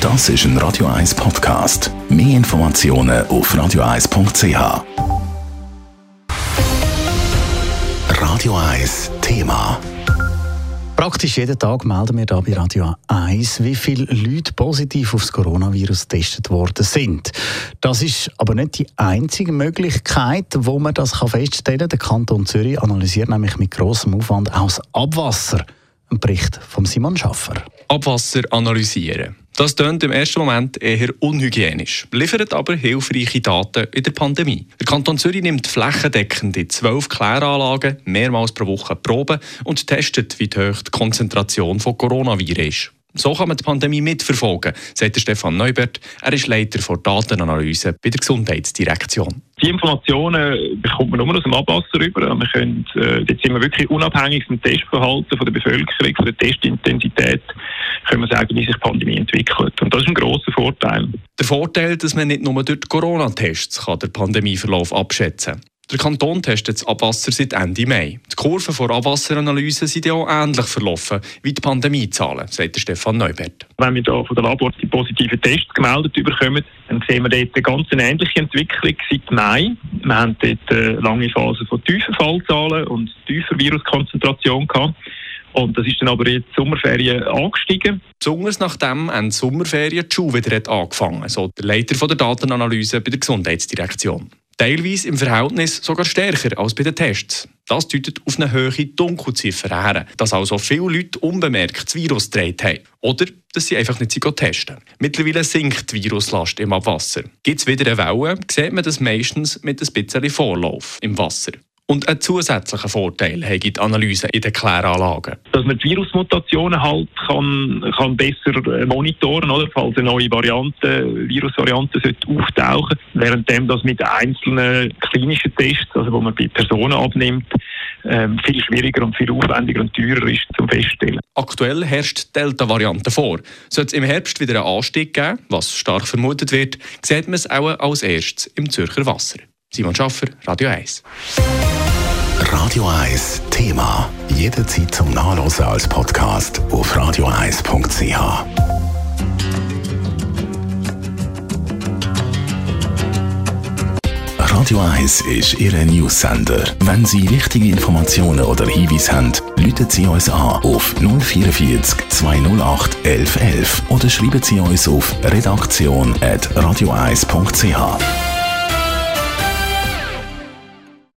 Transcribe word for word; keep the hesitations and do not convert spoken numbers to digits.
Das ist ein Radio eins Podcast. Mehr Informationen auf radio eins punkt c h. Radio eins Thema. Praktisch jeden Tag melden wir hier bei Radio eins, wie viele Leute positiv auf das Coronavirus getestet worden sind. Das ist aber nicht die einzige Möglichkeit, wo man das feststellen kann. Der Kanton Zürich analysiert nämlich mit grossem Aufwand auch das Abwasser. Ein Bericht von Simon Schaffer. Abwasser analysieren. Das klingt im ersten Moment eher unhygienisch, liefert aber hilfreiche Daten in der Pandemie. Der Kanton Zürich nimmt flächendeckend in zwölf Kläranlagen mehrmals pro Woche Proben und testet, wie hoch die Konzentration von Coronaviren ist. So kann man die Pandemie mitverfolgen, sagt Stefan Neubert. Er ist Leiter der Datenanalyse bei der Gesundheitsdirektion. Die Informationen bekommt man nur aus dem Abwasser rüber. Wir können, äh, jetzt sind wir wirklich unabhängig vom Testverhalten von der Bevölkerung, von der Testintensität, können wir sagen, wie sich die Pandemie entwickelt. Und das ist ein grosser Vorteil. Der Vorteil, dass man nicht nur durch die Corona-Tests kann den Pandemieverlauf abschätzen kann. Der Kanton testet das Abwasser seit Ende Mai. Die Kurven vor Abwasseranalyse sind ja auch ähnlich verlaufen wie die Pandemiezahlen, sagt Stefan Neubert. Wenn wir da von der Labor die positiven Tests gemeldet bekommen, dann sehen wir dort eine ganz ähnliche Entwicklung seit Mai. Wir haben dort eine lange Phase von tiefen Fallzahlen und tiefer Viruskonzentration gehabt. Und das ist dann aber jetzt die Sommerferien angestiegen. Besonders nachdem an die Sommerferien die Schule wieder hat angefangen, so der Leiter von der Datenanalyse bei der Gesundheitsdirektion. Teilweise im Verhältnis sogar stärker als bei den Tests. Das deutet auf eine hohe Dunkelziffer her, dass also viele Leute unbemerkt das Virus getragen haben. Oder dass sie einfach nicht testen. Mittlerweile sinkt die Viruslast im Abwasser. Gibt es wieder eine Welle, sieht man das meistens mit ein bisschen Vorlauf im Wasser. Und einen zusätzlichen Vorteil hat die Analyse in den Kläranlagen. Dass man die Virusmutationen halt kann, kann besser monitoren, oder? Falls eine neue Variante, Virusvariante sollte auftauchen, währenddem das mit einzelnen klinischen Tests, also wo man bei Personen abnimmt, ähm, viel schwieriger und viel aufwendiger und teurer ist zum Feststellen. Aktuell herrscht die Delta-Variante vor. Sollte es im Herbst wieder einen Anstieg geben, was stark vermutet wird, sieht man es auch als erstes im Zürcher Wasser. Simon Schaffer, Radio eins. Radio eins Thema. Jederzeit zum Nachlesen als Podcast auf radio eins punkt c h. Radio eins ist Ihr News-Sender. Wenn Sie wichtige Informationen oder Hinweise haben, rufen Sie uns an auf null vierundvierzig zweihundertacht elf elf oder schreiben Sie uns auf redaktion at radio eins punkt c h.